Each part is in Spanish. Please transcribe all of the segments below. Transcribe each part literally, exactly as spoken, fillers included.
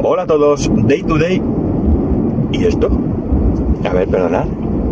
Hola a todos, Day to Day. ¿Y esto? A ver, perdonad.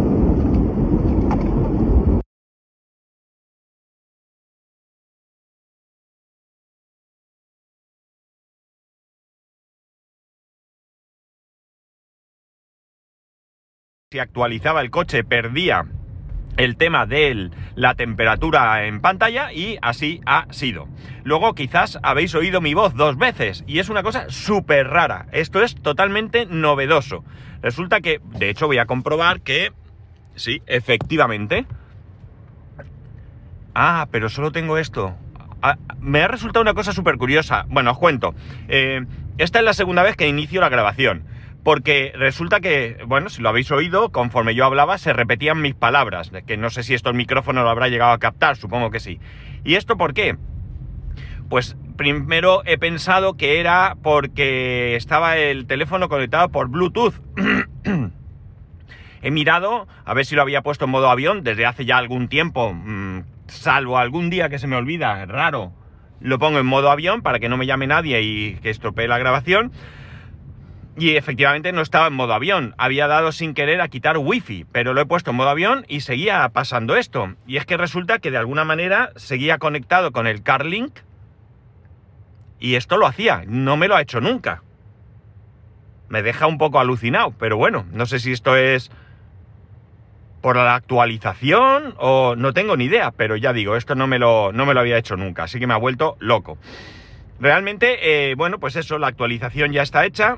Si actualizaba el coche perdía el tema de la temperatura en pantalla y así ha sido. Luego quizás habéis oído mi voz dos veces y es una cosa súper rara. Esto es totalmente novedoso. Resulta que, de hecho voy a comprobar que sí, efectivamente. Ah, pero solo tengo esto. Ah, me ha resultado una cosa súper curiosa. Bueno, os cuento. Eh, esta es la segunda vez que inicio la grabación. Porque resulta que, bueno, si lo habéis oído, conforme yo hablaba se repetían mis palabras, que no sé si esto el micrófono lo habrá llegado a captar, supongo que sí. ¿Y esto por qué? Pues primero he pensado que era porque estaba el teléfono conectado por Bluetooth. He mirado a ver si lo había puesto en modo avión desde hace ya algún tiempo, mmm, salvo algún día que se me olvida, raro, lo pongo en modo avión para que no me llame nadie y que estropee la grabación. Y efectivamente no estaba en modo avión, había dado sin querer a quitar wifi, pero lo he puesto en modo avión y seguía pasando esto. Y es que resulta que de alguna manera seguía conectado con el CarLink y esto lo hacía, no me lo ha hecho nunca. Me deja un poco alucinado, pero bueno, no sé si esto es por la actualización o no tengo ni idea, pero ya digo, esto no me lo, no me lo había hecho nunca, así que me ha vuelto loco. Realmente, eh, bueno, pues eso, la actualización ya está hecha.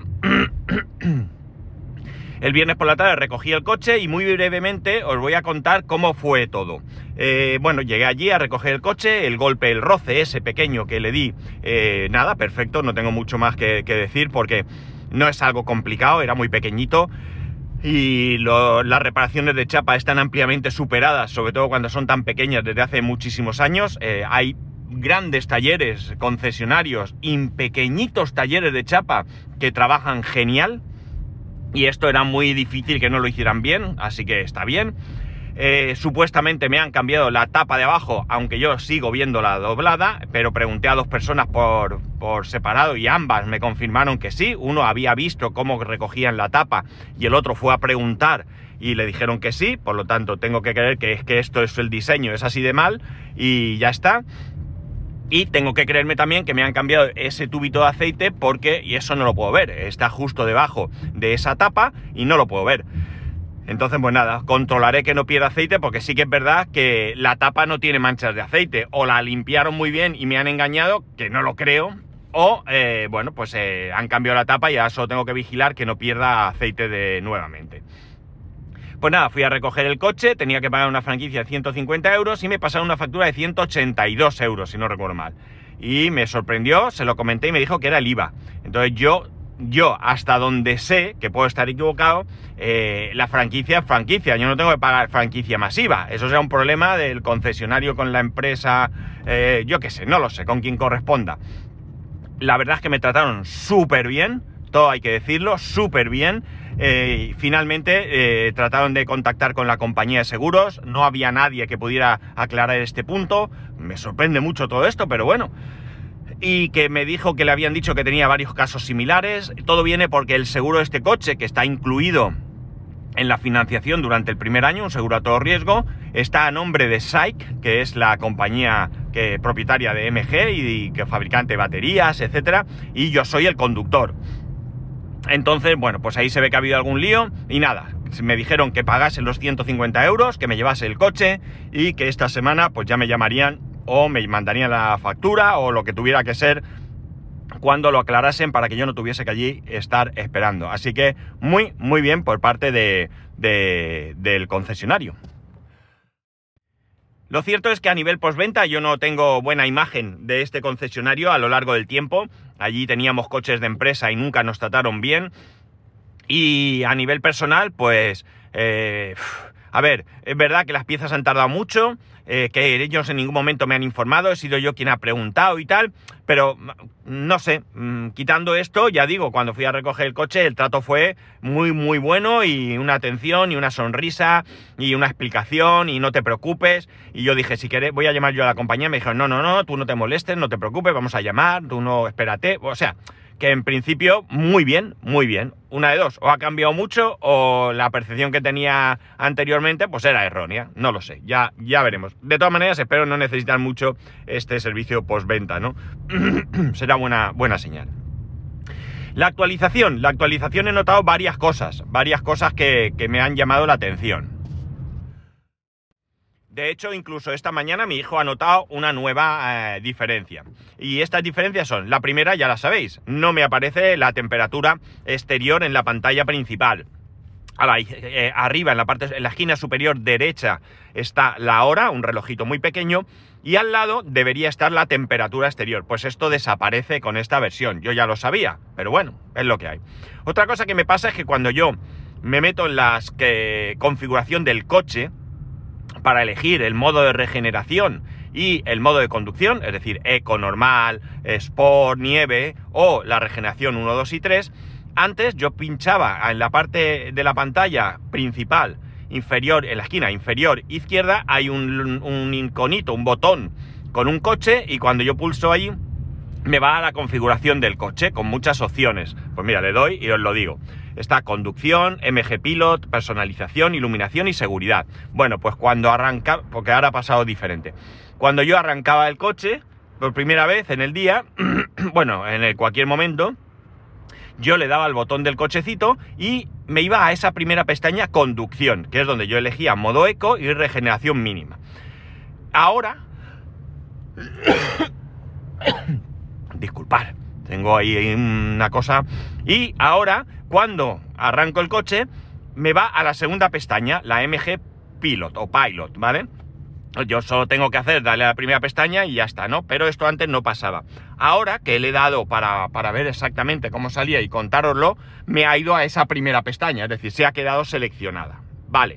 El viernes por la tarde recogí el coche y muy brevemente os voy a contar cómo fue todo. Eh, bueno, llegué allí a recoger el coche, el golpe, el roce ese pequeño que le di, eh, nada, perfecto, no tengo mucho más que, que decir porque no es algo complicado, era muy pequeñito. Y lo, las reparaciones de chapa están ampliamente superadas, sobre todo cuando son tan pequeñas desde hace muchísimos años. Eh, hay grandes talleres, concesionarios y pequeñitos talleres de chapa que trabajan genial y esto era muy difícil que no lo hicieran bien, así que está bien. Eh, supuestamente me han cambiado la tapa de abajo, aunque yo sigo viendo la doblada, pero pregunté a dos personas por, por separado y ambas me confirmaron que sí. Uno había visto cómo recogían la tapa y el otro fue a preguntar y le dijeron que sí, por lo tanto tengo que creer que, que esto es el diseño, es así de mal y ya está. Y tengo que creerme también que me han cambiado ese tubito de aceite porque, y eso no lo puedo ver, está justo debajo de esa tapa y no lo puedo ver. Entonces, pues nada, controlaré que no pierda aceite porque sí que es verdad que la tapa no tiene manchas de aceite. O la limpiaron muy bien y me han engañado, que no lo creo, o, eh, bueno, pues eh, han cambiado la tapa y ahora solo tengo que vigilar que no pierda aceite de nuevamente. Pues nada, fui a recoger el coche, tenía que pagar una franquicia de ciento cincuenta euros y me pasaron una factura de ciento ochenta y dos euros, si no recuerdo mal. Y me sorprendió, se lo comenté y me dijo que era el I V A. Entonces yo, yo hasta donde sé, que puedo estar equivocado, eh, la franquicia es franquicia, yo no tengo que pagar franquicia masiva. Eso será un problema del concesionario con la empresa, eh, yo qué sé, no lo sé, con quien corresponda. La verdad es que me trataron súper bien, todo hay que decirlo, súper bien. Eh, finalmente eh, trataron de contactar con la compañía de seguros, no había nadie que pudiera aclarar este punto, me sorprende mucho todo esto, pero bueno, y que me dijo que le habían dicho que tenía varios casos similares. Todo viene porque el seguro de este coche, que está incluido en la financiación durante el primer año, un seguro a todo riesgo, está a nombre de S A I C, que es la compañía que, propietaria de M G y, y que fabricante de baterías, etcétera, y yo soy el conductor. Entonces, bueno, pues ahí se ve que ha habido algún lío y nada, me dijeron que pagase los ciento cincuenta euros, que me llevase el coche y que esta semana pues ya me llamarían o me mandarían la factura o lo que tuviera que ser cuando lo aclarasen para que yo no tuviese que allí estar esperando. Así que muy, muy bien por parte de, de, del concesionario. Lo cierto es que a nivel postventa yo no tengo buena imagen de este concesionario a lo largo del tiempo. Allí teníamos coches de empresa y nunca nos trataron bien. Y a nivel personal, pues... Eh, a ver, es verdad que las piezas han tardado mucho, eh, que ellos en ningún momento me han informado, he sido yo quien ha preguntado y tal, pero no sé, mmm, quitando esto, ya digo, cuando fui a recoger el coche el trato fue muy muy bueno y una atención y una sonrisa y una explicación y no te preocupes, y yo dije, si querés voy a llamar yo a la compañía, me dijeron, no, no, no, tú no te molestes, no te preocupes, vamos a llamar, tú no, espérate, o sea... que en principio muy bien, muy bien. Una de dos, o ha cambiado mucho o la percepción que tenía anteriormente pues era errónea, no lo sé, ya, ya veremos. De todas maneras espero no necesitar mucho este servicio postventa, ¿no? Será buena, buena señal. La actualización, la actualización he notado varias cosas, varias cosas que, que me han llamado la atención. De hecho, incluso esta mañana mi hijo ha notado una nueva eh, diferencia. Y estas diferencias son, la primera ya la sabéis, no me aparece la temperatura exterior en la pantalla principal. Ahora, eh, arriba, en la parte, en la esquina superior derecha, está la hora, un relojito muy pequeño, y al lado debería estar la temperatura exterior. Pues esto desaparece con esta versión. Yo ya lo sabía, pero bueno, es lo que hay. Otra cosa que me pasa es que cuando yo me meto en la que, configuración del coche, para elegir el modo de regeneración y el modo de conducción, es decir, eco normal, sport, nieve o la regeneración uno, dos y tres, antes yo pinchaba en la parte de la pantalla principal inferior, en la esquina inferior izquierda, hay un, un iconito, un botón con un coche, y cuando yo pulso ahí me va a la configuración del coche con muchas opciones. Pues mira, le doy y os lo digo. Está conducción, M G Pilot, personalización, iluminación y seguridad. Bueno, pues cuando arranca, porque ahora ha pasado diferente. Cuando yo arrancaba el coche, por primera vez en el día, bueno, en el cualquier momento, yo le daba al botón del cochecito y me iba a esa primera pestaña, conducción, que es donde yo elegía modo eco y regeneración mínima. Ahora... Disculpad, tengo ahí una cosa. Y ahora, cuando arranco el coche, me va a la segunda pestaña, la M G Pilot o Pilot, ¿vale? Yo solo tengo que hacer, darle a la primera pestaña y ya está, ¿no? Pero esto antes no pasaba. Ahora que le he dado para, para ver exactamente cómo salía y contároslo, me ha ido a esa primera pestaña, es decir, se ha quedado seleccionada. Vale.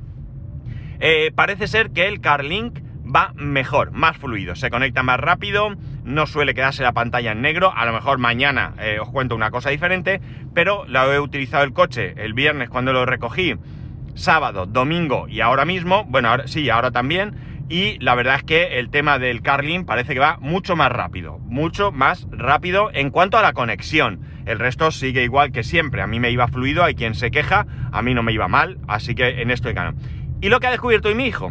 Eh, parece ser que el CarLink va mejor, más fluido, se conecta más rápido, no suele quedarse la pantalla en negro. A lo mejor mañana eh, os cuento una cosa diferente, pero lo he utilizado el coche el viernes cuando lo recogí, sábado, domingo y ahora mismo, bueno, ahora, sí, ahora también, y la verdad es que el tema del CarLink parece que va mucho más rápido, mucho más rápido en cuanto a la conexión. El resto sigue igual que siempre, a mí me iba fluido, hay quien se queja, a mí no me iba mal, así que en esto he ganado. Y lo que ha descubierto hoy mi hijo,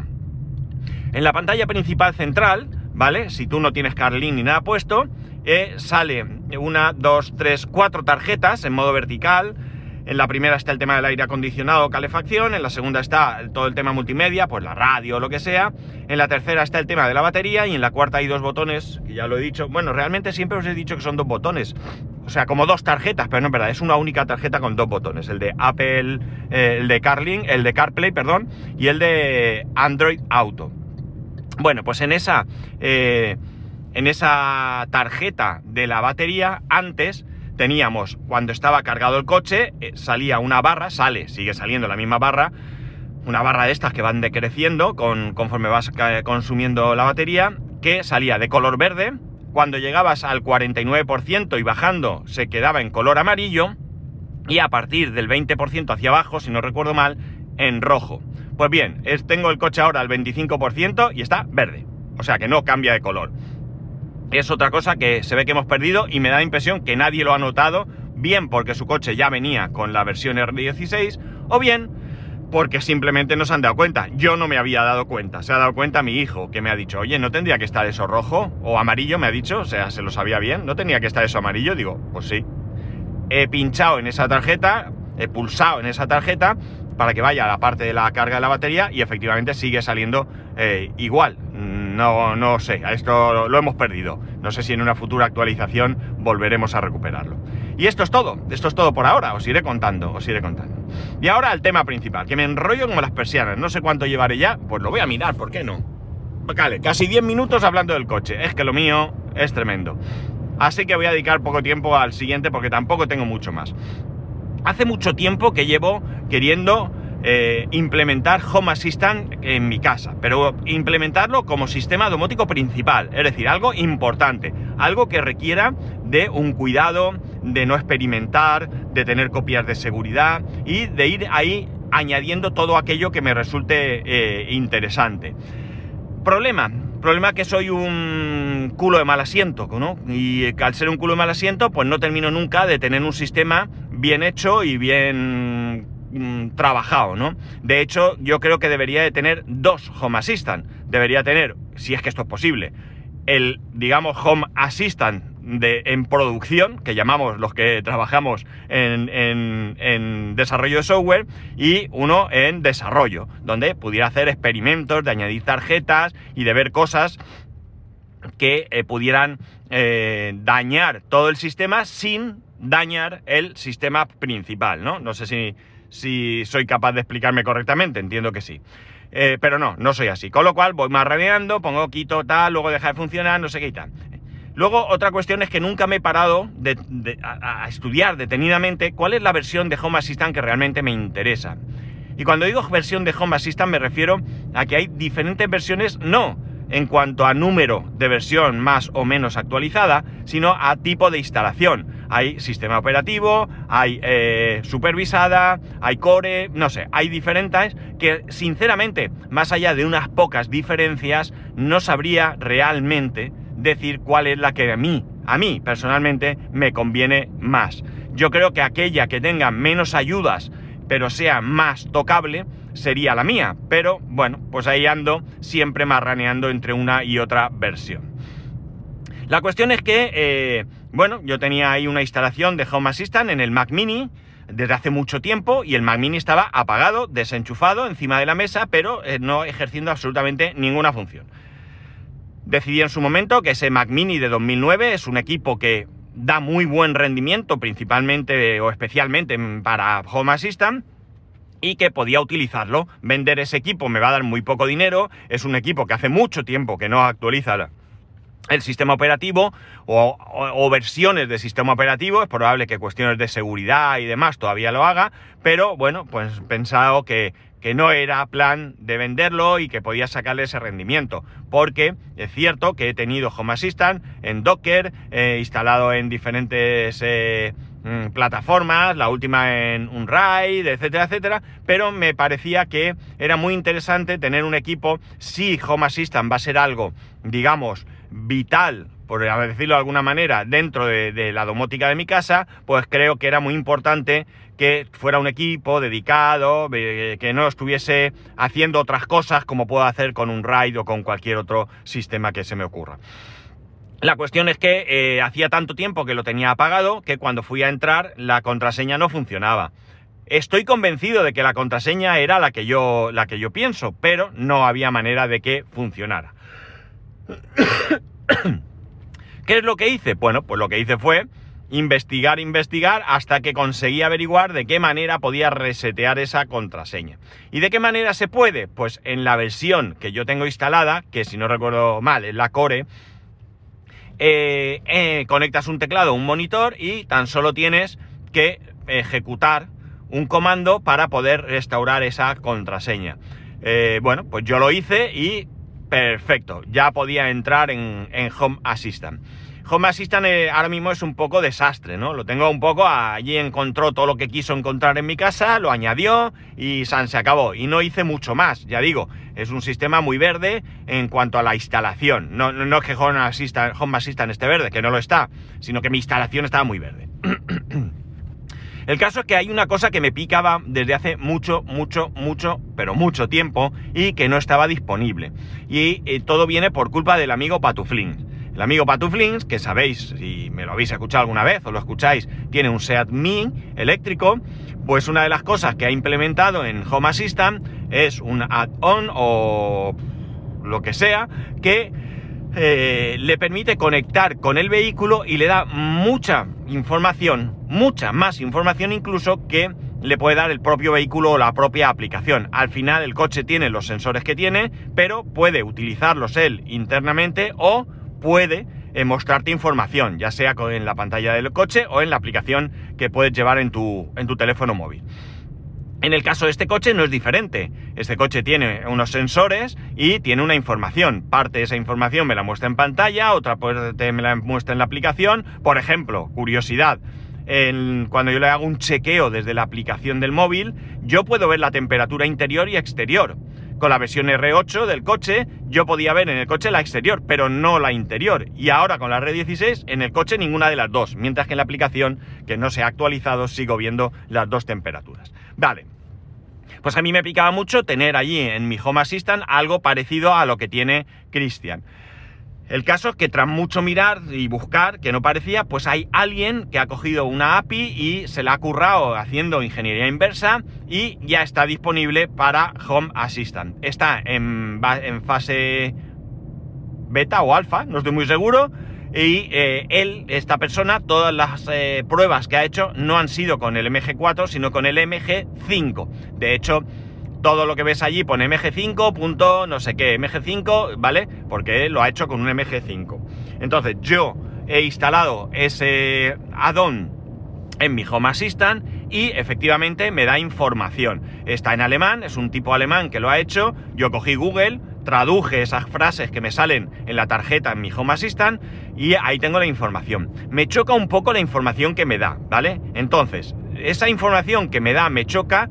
en la pantalla principal central, ¿vale? Si tú no tienes CarLink ni nada puesto, eh, sale una, dos, tres, cuatro tarjetas en modo vertical. En la primera está el tema del aire acondicionado o calefacción, en la segunda está todo el tema multimedia, pues la radio o lo que sea, en la tercera está el tema de la batería y en la cuarta hay dos botones, que ya lo he dicho. Bueno, realmente siempre os he dicho que son dos botones, o sea, como dos tarjetas, pero no es verdad, es una única tarjeta con dos botones, el de Apple, eh, el de CarLink, el de CarPlay, perdón, y el de Android Auto. Bueno, pues en esa, eh, en esa tarjeta de la batería, antes teníamos, cuando estaba cargado el coche, eh, salía una barra, sale, sigue saliendo la misma barra, una barra de estas que van decreciendo con, conforme vas consumiendo la batería, que salía de color verde. Cuando llegabas al cuarenta y nueve por ciento y bajando se quedaba en color amarillo, y a partir del veinte por ciento hacia abajo, si no recuerdo mal, en rojo. Pues bien, es, tengo el coche ahora al veinticinco por ciento y está verde, o sea que no cambia de color. Es otra cosa que se ve que hemos perdido y me da la impresión que nadie lo ha notado, bien porque su coche ya venía con la versión R dieciséis, o bien porque simplemente no se han dado cuenta. Yo no me había dado cuenta, se ha dado cuenta mi hijo, que me ha dicho, oye, ¿no tendría que estar eso rojo o amarillo? Me ha dicho, o sea, se lo sabía bien, ¿no tenía que estar eso amarillo? Digo, pues sí. He pinchado en esa tarjeta, he pulsado en esa tarjeta para que vaya a la parte de la carga de la batería y efectivamente sigue saliendo eh, igual. No, no sé, a esto lo, lo hemos perdido. No sé si en una futura actualización volveremos a recuperarlo. Y esto es todo, esto es todo por ahora, os iré contando, os iré contando. Y ahora el tema principal, que me enrollo como las persianas, no sé cuánto llevaré ya, pues lo voy a mirar, ¿por qué no? Vale, casi diez minutos hablando del coche, es que lo mío es tremendo. Así que voy a dedicar poco tiempo al siguiente porque tampoco tengo mucho más. Hace mucho tiempo que llevo queriendo eh, implementar Home Assistant en mi casa, pero implementarlo como sistema domótico principal, es decir, algo importante, algo que requiera de un cuidado, de no experimentar, de tener copias de seguridad y de ir ahí añadiendo todo aquello que me resulte eh, interesante. Problema, problema es que soy un culo de mal asiento, ¿no? Y al ser un culo de mal asiento, pues no termino nunca de tener un sistema bien hecho y bien mmm, trabajado, ¿no? De hecho, yo creo que debería de tener dos Home Assistant. Debería tener, si es que esto es posible, el, digamos, Home Assistant de, en producción, que llamamos los que trabajamos en, en, en desarrollo de software, y uno en desarrollo, donde pudiera hacer experimentos de añadir tarjetas y de ver cosas que eh, pudieran eh, dañar todo el sistema sin dañar el sistema principal, ¿no? No sé si, si soy capaz de explicarme correctamente, entiendo que sí. Eh, pero no, no soy así. Con lo cual voy marraneando, pongo quito tal, luego deja de funcionar, no sé qué y tal. Luego, otra cuestión es que nunca me he parado de, de, a, a estudiar detenidamente cuál es la versión de Home Assistant que realmente me interesa. Y cuando digo versión de Home Assistant me refiero a que hay diferentes versiones, no en cuanto a número de versión más o menos actualizada, sino a tipo de instalación. Hay sistema operativo, hay eh, supervisada, hay core, no sé, hay diferentes que sinceramente, más allá de unas pocas diferencias, no sabría realmente decir cuál es la que a mí, a mí personalmente me conviene más. Yo creo que aquella que tenga menos ayudas pero sea más tocable sería la mía, pero bueno, pues ahí ando siempre marraneando entre una y otra versión. La cuestión es que, eh, bueno, yo tenía ahí una instalación de Home Assistant en el Mac Mini desde hace mucho tiempo y el Mac Mini estaba apagado, desenchufado encima de la mesa, pero eh, no ejerciendo absolutamente ninguna función. Decidí en su momento que ese Mac Mini de dos mil nueve es un equipo que da muy buen rendimiento, principalmente o especialmente para Home Assistant, y que podía utilizarlo. Vender ese equipo me va a dar muy poco dinero, es un equipo que hace mucho tiempo que no actualiza el sistema operativo o, o, o versiones de sistema operativo, es probable que cuestiones de seguridad y demás todavía lo haga, pero bueno, pues he pensado que, que no era plan de venderlo y que podía sacarle ese rendimiento, porque es cierto que he tenido Home Assistant en Docker, eh, instalado en diferentes eh, mmm, plataformas, la última en Unraid, etcétera, etcétera, pero me parecía que era muy interesante tener un equipo, si Home Assistant va a ser algo, digamos, vital, por decirlo de alguna manera, dentro de, de la domótica de mi casa, pues creo que era muy importante que fuera un equipo dedicado, eh, que no estuviese haciendo otras cosas como puedo hacer con un RAID o con cualquier otro sistema que se me ocurra. La cuestión es que eh, hacía tanto tiempo que lo tenía apagado que cuando fui a entrar la contraseña no funcionaba. Estoy convencido de que la contraseña era la que yo, la que yo pienso, pero no había manera de que funcionara. ¿Qué es lo que hice? Bueno, pues lo que hice fue investigar, investigar, hasta que conseguí averiguar de qué manera podía resetear esa contraseña. ¿Y de qué manera se puede? Pues en la versión que yo tengo instalada, que si no recuerdo mal es la Core, eh, eh, conectas un teclado a un monitor y tan solo tienes que ejecutar un comando para poder restaurar esa contraseña. Eh, bueno, pues yo lo hice y perfecto, ya podía entrar en, en Home Assistant. Home Assistant eh, ahora mismo es un poco desastre, ¿no? Lo tengo un poco, allí encontró todo lo que quiso encontrar en mi casa, lo añadió y san, se acabó. Y no hice mucho más, ya digo, es un sistema muy verde en cuanto a la instalación. No, no, no es que Home Assistant, Home Assistant esté verde, que no lo está, sino que mi instalación estaba muy verde. El caso es que hay una cosa que me picaba desde hace mucho, mucho, mucho, pero mucho tiempo y que no estaba disponible. Y eh, todo viene por culpa del amigo Patuflins. El amigo Patuflins, que sabéis, si me lo habéis escuchado alguna vez o lo escucháis, tiene un Seat Mii eléctrico, pues una de las cosas que ha implementado en Home Assistant es un add-on o lo que sea que eh, le permite conectar con el vehículo y le da mucha información, mucha más información incluso que le puede dar el propio vehículo o la propia aplicación. Al final el coche tiene los sensores que tiene, pero puede utilizarlos él internamente o puede eh, mostrarte información, ya sea en la pantalla del coche o en la aplicación que puedes llevar en tu, en tu teléfono móvil. En el caso de este coche no es diferente. Este coche tiene unos sensores y tiene una información. Parte de esa información me la muestra en pantalla, otra parte me la muestra en la aplicación. Por ejemplo, curiosidad, en, cuando yo le hago un chequeo desde la aplicación del móvil, yo puedo ver la temperatura interior y exterior. con la versión erre ocho del coche, yo podía ver en el coche la exterior, pero no la interior. Y ahora con la erre dieciséis, en el coche ninguna de las dos. Mientras que en la aplicación, que no se ha actualizado, sigo viendo las dos temperaturas. Vale. Pues a mí me picaba mucho tener allí en mi Home Assistant algo parecido a lo que tiene Cristian. El caso es que tras mucho mirar y buscar, que no parecía, pues hay alguien que ha cogido una A P I y se la ha currado haciendo ingeniería inversa y ya está disponible para Home Assistant. Está en, en fase beta o alfa, no estoy muy seguro, y eh, él, esta persona, todas las eh, pruebas que ha hecho no han sido con el eme ge cuatro, sino con el eme ge cinco. De hecho, todo lo que ves allí pone eme ge cinco, punto, no sé qué, eme ge cinco, ¿vale? Porque lo ha hecho con un eme ge cinco. Entonces, yo he instalado ese add-on en mi Home Assistant y efectivamente me da información. Está en alemán, es un tipo alemán que lo ha hecho. Yo cogí Google, traduje esas frases que me salen en la tarjeta en mi Home Assistant y ahí tengo la información. Me choca un poco la información que me da, ¿vale? Entonces, esa información que me da me choca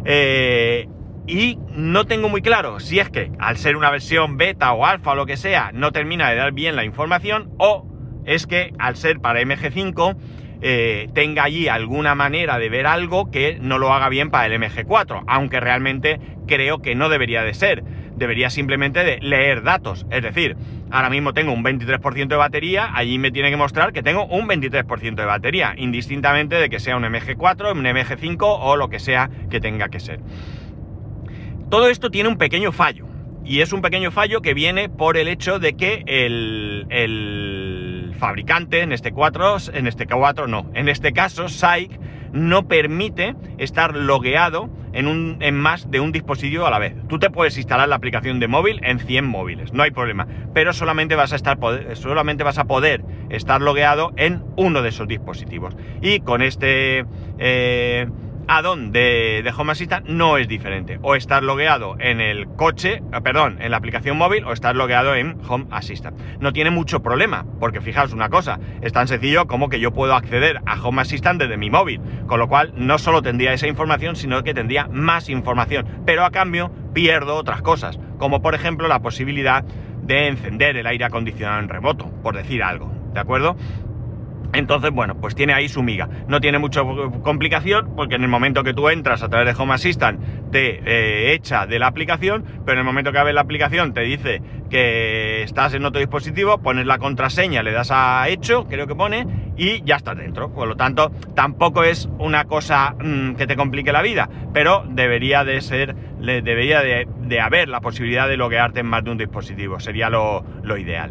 eh, y no tengo muy claro si es que al ser una versión beta o alfa o lo que sea no termina de dar bien la información, o es que al ser para eme ge cinco eh, tenga allí alguna manera de ver algo que no lo haga bien para el eme ge cuatro, aunque realmente creo que no debería de ser. Debería simplemente de leer datos. Es decir, ahora mismo tengo un veintitrés por ciento de batería, allí me tiene que mostrar que tengo un veintitrés por ciento de batería, indistintamente de que sea un eme ge cuatro, un eme ge cinco o lo que sea que tenga que ser. Todo esto tiene un pequeño fallo, y es un pequeño fallo que viene por el hecho de que el, el fabricante, en este cuatro, en este cuatro no, en este caso SAIC, no permite estar logueado en, un, en más de un dispositivo a la vez. Tú te puedes instalar la aplicación de móvil en cien móviles, no hay problema, pero solamente vas a estar solamente vas a poder estar logueado en uno de esos dispositivos. Y con este eh, add-on de, de Home Assistant no es diferente. O estar logueado en el coche, perdón, en la aplicación móvil, o estar logueado en Home Assistant. No tiene mucho problema, porque fijaos una cosa, es tan sencillo como que yo puedo acceder a Home Assistant desde mi móvil, con lo cual no solo tendría esa información, sino que tendría más información, pero a cambio pierdo otras cosas, como por ejemplo la posibilidad de encender el aire acondicionado en remoto, por decir algo, ¿de acuerdo? Entonces, bueno, pues tiene ahí su miga. No tiene mucha complicación, porque en el momento que tú entras a través de Home Assistant te eh, echa de la aplicación, pero en el momento que abres la aplicación te dice que estás en otro dispositivo, pones la contraseña, le das a hecho, creo que pone, y ya estás dentro. Por lo tanto, tampoco es una cosa mmm, que te complique la vida, pero debería de ser, le, debería de, de haber la posibilidad de loguearte en más de un dispositivo. Sería lo, lo ideal.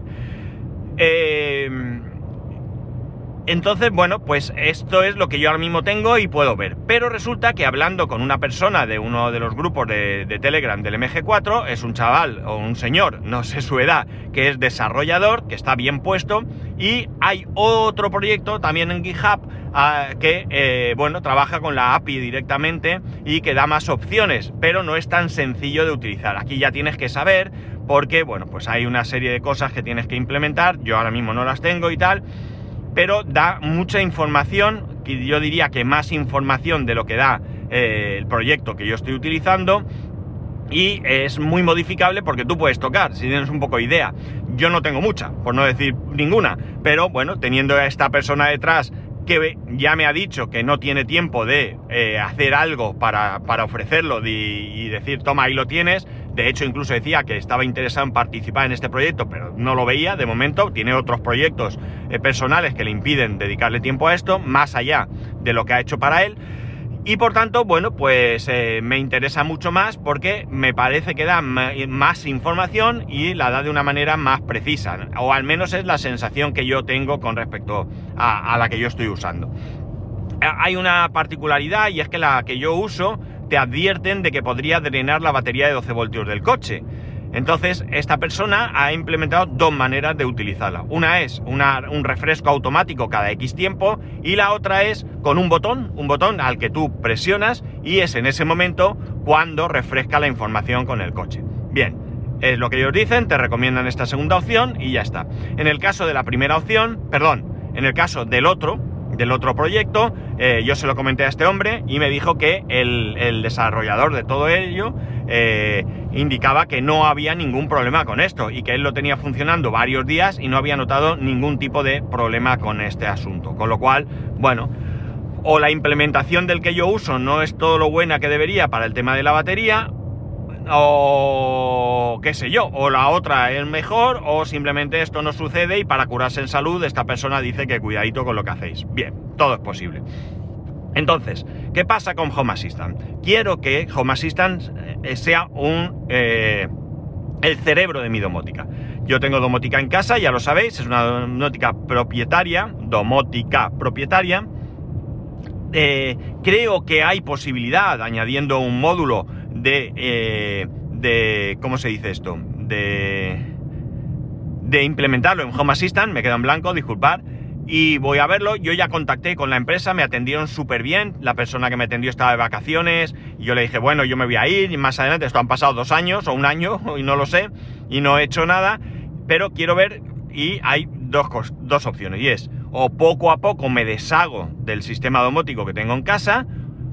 Eh... Entonces, bueno, pues esto es lo que yo ahora mismo tengo y puedo ver. Pero resulta que hablando con una persona de uno de los grupos de, de Telegram del eme ge cuatro, es un chaval o un señor, no sé su edad, que es desarrollador, que está bien puesto, y hay otro proyecto también en GitHub uh, que, eh, bueno, trabaja con la A P I directamente y que da más opciones, pero no es tan sencillo de utilizar. Aquí ya tienes que saber, porque, bueno, pues hay una serie de cosas que tienes que implementar, yo ahora mismo no las tengo y tal, pero da mucha información, que yo diría que más información de lo que da eh, el proyecto que yo estoy utilizando, y es muy modificable porque tú puedes tocar, si tienes un poco de idea. Yo no tengo mucha, por no decir ninguna, pero bueno, teniendo a esta persona detrás que ya me ha dicho que no tiene tiempo de eh, hacer algo para, para ofrecerlo de, y decir, toma, ahí lo tienes. De hecho, incluso decía que estaba interesado en participar en este proyecto, pero no lo veía de momento. Tiene otros proyectos eh, personales que le impiden dedicarle tiempo a esto, más allá de lo que ha hecho para él. Y por tanto, bueno, pues eh, me interesa mucho más porque me parece que da más información y la da de una manera más precisa. O al menos es la sensación que yo tengo con respecto a, a la que yo estoy usando. Hay una particularidad, y es que la que yo uso te advierten de que podría drenar la batería de doce voltios del coche. Entonces, esta persona ha implementado dos maneras de utilizarla. Una es una, un refresco automático cada X tiempo, y la otra es con un botón, un botón al que tú presionas, y es en ese momento cuando refresca la información con el coche. Bien, es lo que ellos dicen, te recomiendan esta segunda opción y ya está. En el caso de la primera opción, perdón, en el caso del otro, del otro proyecto, eh, yo se lo comenté a este hombre y me dijo que el, el desarrollador de todo ello, eh, indicaba que no había ningún problema con esto y que él lo tenía funcionando varios días y no había notado ningún tipo de problema con este asunto. Con lo cual, bueno, o la implementación del que yo uso no es todo lo buena que debería para el tema de la batería, o qué sé yo, o la otra es mejor, o simplemente esto no sucede y para curarse en salud esta persona dice que cuidadito con lo que hacéis. Bien, todo es posible. Entonces, ¿qué pasa con Home Assistant? Quiero que Home Assistant sea un eh, el cerebro de mi domótica. Yo tengo domótica en casa, ya lo sabéis, es una domótica propietaria, domótica propietaria. Eh, creo que hay posibilidad, añadiendo un módulo de, eh, de ¿cómo se dice esto? De, de implementarlo en Home Assistant, me queda en blanco, disculpad, y voy a verlo. Yo ya contacté con la empresa, me atendieron súper bien, la persona que me atendió estaba de vacaciones, y yo le dije, bueno, yo me voy a ir, y más adelante, esto han pasado dos años o un año, y no lo sé, y no he hecho nada, pero quiero ver, y hay dos, dos opciones, y es, o poco a poco me deshago del sistema domótico que tengo en casa,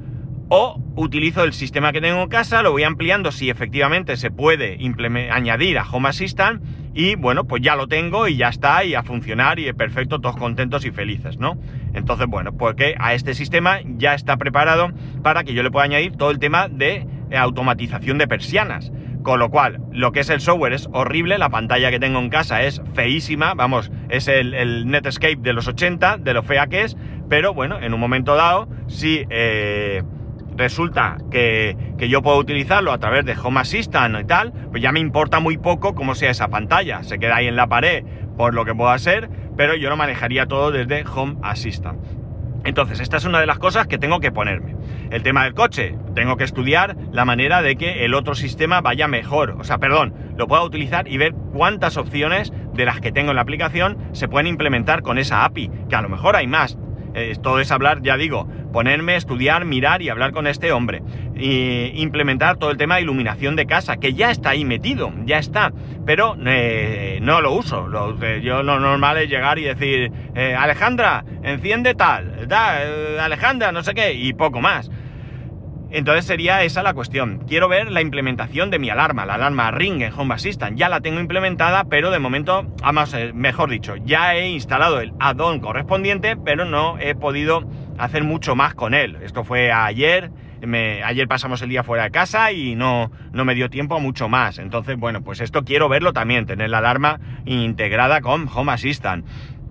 o utilizo el sistema que tengo en casa, lo voy ampliando si efectivamente se puede añadir a Home Assistant, y bueno, pues ya lo tengo y ya está, y a funcionar, y perfecto, todos contentos y felices, ¿no? Entonces, bueno, porque a este sistema ya está preparado para que yo le pueda añadir todo el tema de automatización de persianas. Con lo cual, lo que es el software es horrible, la pantalla que tengo en casa es feísima, vamos, es el, el Netscape de los ochenta, de lo fea que es, pero bueno, en un momento dado, si eh, resulta que, que yo puedo utilizarlo a través de Home Assistant y tal, pues ya me importa muy poco cómo sea esa pantalla, se queda ahí en la pared por lo que pueda ser, pero yo lo manejaría todo desde Home Assistant. Entonces, esta es una de las cosas que tengo que ponerme. El tema del coche, tengo que estudiar la manera de que el otro sistema vaya mejor. O sea, perdón, lo pueda utilizar y ver cuántas opciones de las que tengo en la aplicación se pueden implementar con esa A P I, que a lo mejor hay más. Eh, todo es hablar, ya digo, ponerme, estudiar, mirar y hablar con este hombre. Y implementar todo el tema de iluminación de casa, que ya está ahí metido, ya está. Pero eh, no lo uso. Lo, eh, yo lo normal es llegar y decir, eh, Alejandra, enciende tal, da, eh, Alejandra, no sé qué, y poco más. Entonces sería esa la cuestión. Quiero ver la implementación de mi alarma, la alarma Ring en Home Assistant. Ya la tengo implementada, pero de momento, vamos, mejor dicho, ya he instalado el add-on correspondiente, pero no he podido hacer mucho más con él. Esto fue ayer, me, ayer pasamos el día fuera de casa y no, no me dio tiempo a mucho más. Entonces, bueno, pues esto quiero verlo también, tener la alarma integrada con Home Assistant.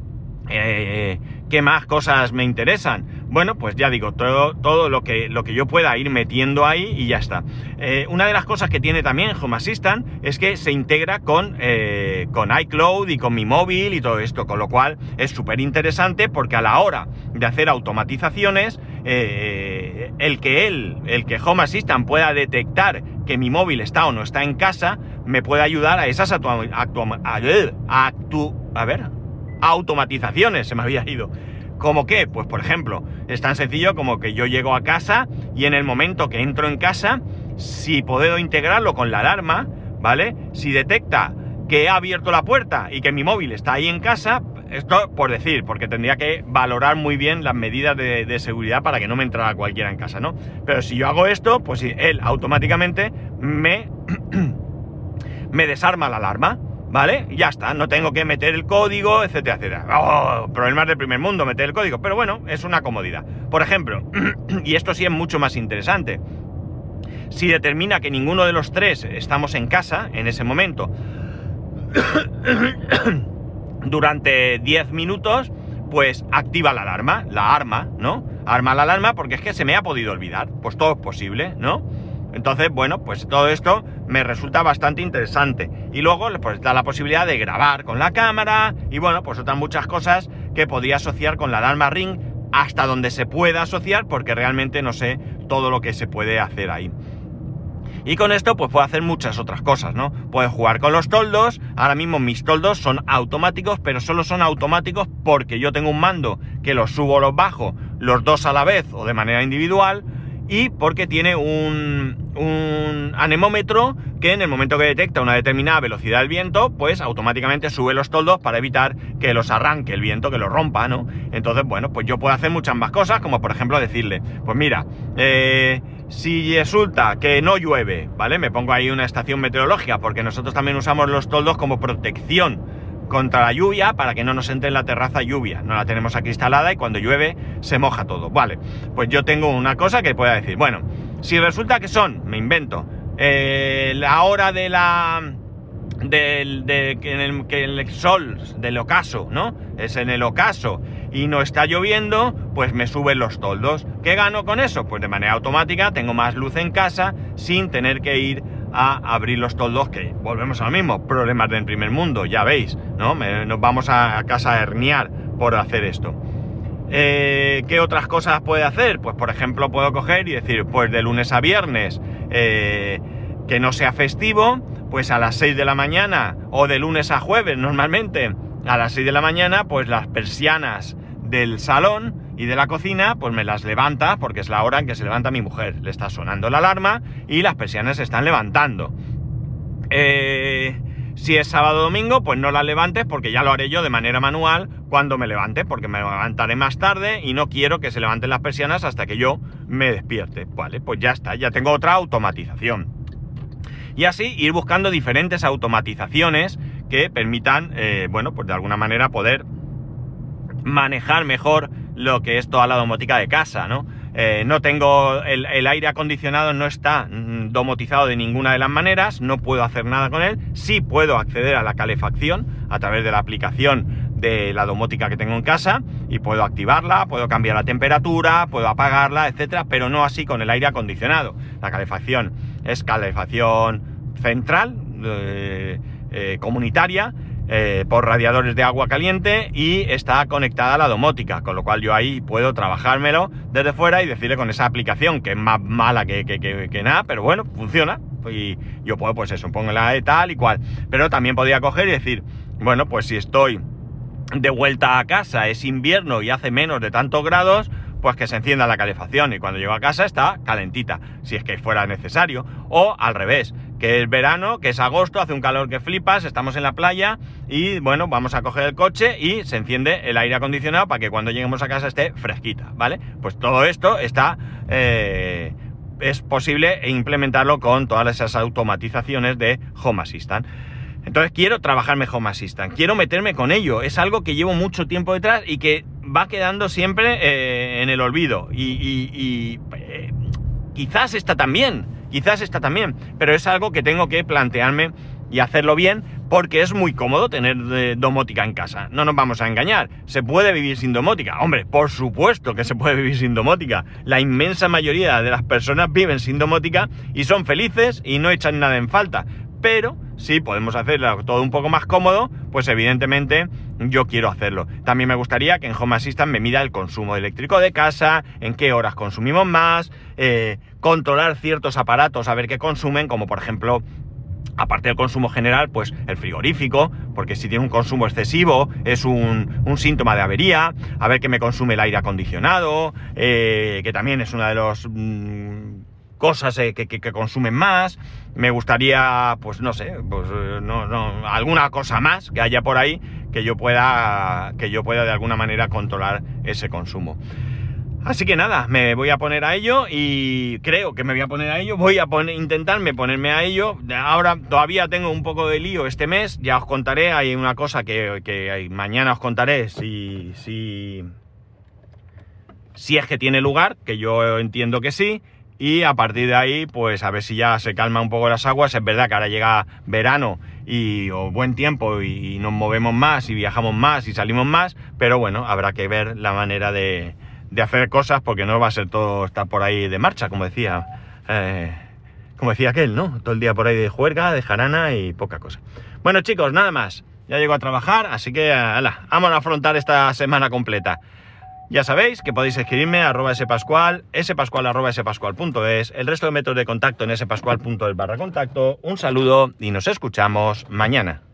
Eh, ¿Qué más cosas me interesan? Bueno, pues ya digo, todo, todo lo que, lo que yo pueda ir metiendo ahí y ya está. Eh, una de las cosas que tiene también Home Assistant es que se integra con, eh, con iCloud y con mi móvil y todo esto, con lo cual es súper interesante porque a la hora de hacer automatizaciones, eh, el que él, el que Home Assistant pueda detectar que mi móvil está o no está en casa, me puede ayudar a esas actu actu actu a ver, automatizaciones, se me había ido. ¿Cómo qué? Pues por ejemplo, es tan sencillo como que yo llego a casa y en el momento que entro en casa, si puedo integrarlo con la alarma, ¿vale? Si detecta que he abierto la puerta y que mi móvil está ahí en casa, esto por decir, porque tendría que valorar muy bien las medidas de, de seguridad para que no me entrara cualquiera en casa, ¿no? Pero si yo hago esto, pues él automáticamente me, me desarma la alarma. ¿Vale? Ya está, no tengo que meter el código, etcétera, etcétera. Oh, problemas del primer mundo, meter el código, pero bueno, es una comodidad. Por ejemplo, y esto sí es mucho más interesante, si determina que ninguno de los tres estamos en casa en ese momento durante diez minutos, pues activa la alarma, la arma, ¿no? Arma la alarma porque es que se me ha podido olvidar, pues todo es posible, ¿no? Entonces, bueno, pues todo esto me resulta bastante interesante. Y luego, pues está la posibilidad de grabar con la cámara y bueno, pues otras muchas cosas que podría asociar con la alarma Ring hasta donde se pueda asociar porque realmente no sé todo lo que se puede hacer ahí. Y con esto pues puedo hacer muchas otras cosas, ¿no? Puedo jugar con los toldos. Ahora mismo mis toldos son automáticos, pero solo son automáticos porque yo tengo un mando que los subo o los bajo, los dos a la vez o de manera individual. y porque tiene un, un anemómetro que en el momento que detecta una determinada velocidad del viento, pues automáticamente sube los toldos para evitar que los arranque el viento, que los rompa, ¿no? Entonces, bueno, pues yo puedo hacer muchas más cosas, como por ejemplo decirle, pues mira, eh, si resulta que no llueve, ¿vale? Me pongo ahí una estación meteorológica, porque nosotros también usamos los toldos como protección contra la lluvia, para que no nos entre en la terraza lluvia. No la tenemos acristalada y cuando llueve se moja todo. Vale, pues yo tengo una cosa que pueda decir, bueno, si resulta que son, me invento, eh, la hora de la... del de, que, en el, que el sol del ocaso, ¿no? Es en el ocaso y no está lloviendo, pues me suben los toldos. ¿Qué gano con eso? Pues de manera automática tengo más luz en casa sin tener que ir a abrir los toldos, que volvemos a lo mismo, problemas del primer mundo, ya veis, ¿no? Me, nos vamos a, a casa a herniar por hacer esto. Eh, ¿Qué otras cosas puede hacer? Pues por ejemplo puedo coger y decir, pues de lunes a viernes, eh, que no sea festivo, pues a las seis de la mañana, o de lunes a jueves normalmente, a las seis de la mañana, pues las persianas del salón y de la cocina, pues me las levanta, porque es la hora en que se levanta mi mujer. Le está sonando la alarma y las persianas se están levantando. Eh, si es sábado o domingo, pues no las levantes, porque ya lo haré yo de manera manual cuando me levante, porque me levantaré más tarde y no quiero que se levanten las persianas hasta que yo me despierte. Vale, pues ya está, ya tengo otra automatización. Y así ir buscando diferentes automatizaciones que permitan, eh, bueno, pues de alguna manera poder manejar mejor lo que es toda la domótica de casa, ¿no? Eh, no tengo, el, el aire acondicionado no está mm, domotizado de ninguna de las maneras, no puedo hacer nada con él. Sí puedo acceder a la calefacción a través de la aplicación de la domótica que tengo en casa y puedo activarla, puedo cambiar la temperatura, puedo apagarla, etcétera, pero no así con el aire acondicionado. La calefacción es calefacción central, eh, eh, comunitaria, eh, por radiadores de agua caliente, y está conectada a la domótica, con lo cual yo ahí puedo trabajármelo desde fuera y decirle con esa aplicación, que es más mala que, que, que, que nada, pero bueno, funciona, y yo puedo, pues eso, pongo la de tal y cual. Pero también podría coger y decir, bueno, pues si estoy de vuelta a casa, es invierno y hace menos de tantos grados, pues que se encienda la calefacción y cuando llego a casa está calentita, si es que fuera necesario. O al revés, que es verano, que es agosto, hace un calor que flipas, estamos en la playa y bueno, vamos a coger el coche y se enciende el aire acondicionado para que cuando lleguemos a casa esté fresquita, ¿vale? Pues todo esto está... Eh, es posible implementarlo con todas esas automatizaciones de Home Assistant. Entonces quiero trabajarme Home Assistant, quiero meterme con ello, es algo que llevo mucho tiempo detrás y que va quedando siempre eh, en el olvido, y, y, y eh, quizás está también, quizás está también, pero es algo que tengo que plantearme y hacerlo bien, porque es muy cómodo tener eh, domótica en casa. No nos vamos a engañar, ¿se puede vivir sin domótica? Hombre, por supuesto que se puede vivir sin domótica. La inmensa mayoría de las personas viven sin domótica y son felices y no echan nada en falta. Pero si podemos hacerlo todo un poco más cómodo, pues evidentemente yo quiero hacerlo. También me gustaría que en Home Assistant me mida el consumo eléctrico de casa, en qué horas consumimos más, eh, controlar ciertos aparatos a ver qué consumen, como por ejemplo, aparte del consumo general, pues el frigorífico, porque si tiene un consumo excesivo es un, un síntoma de avería. A ver qué me consume el aire acondicionado, eh, que también es una de los... Mmm, cosas eh, que, que, que consumen más. Me gustaría, pues no sé, pues no, no, alguna cosa más que haya por ahí que yo pueda, que yo pueda de alguna manera controlar ese consumo. Así que nada, me voy a poner a ello y creo que me voy a poner a ello, voy a poner, intentarme ponerme a ello. Ahora todavía tengo un poco de lío este mes, ya os contaré, hay una cosa que, que mañana os contaré si, si, si es que tiene lugar, que yo entiendo que sí. Y a partir de ahí, pues a ver si ya se calman un poco las aguas. Es verdad que ahora llega verano y o buen tiempo y nos movemos más y viajamos más y salimos más, pero bueno, habrá que ver la manera de, de hacer cosas, porque no va a ser todo estar por ahí de marcha, como decía eh, como decía aquel, ¿no? Todo el día por ahí de juerga, de jarana y poca cosa. Bueno, chicos, nada más. Ya llego a trabajar, así que ala, vamos a afrontar esta semana completa. Ya sabéis que podéis escribirme a arroba spascual, spascual arroba spascual punto es, el resto de métodos de contacto en spascual punto es barra contacto. Un saludo y nos escuchamos mañana.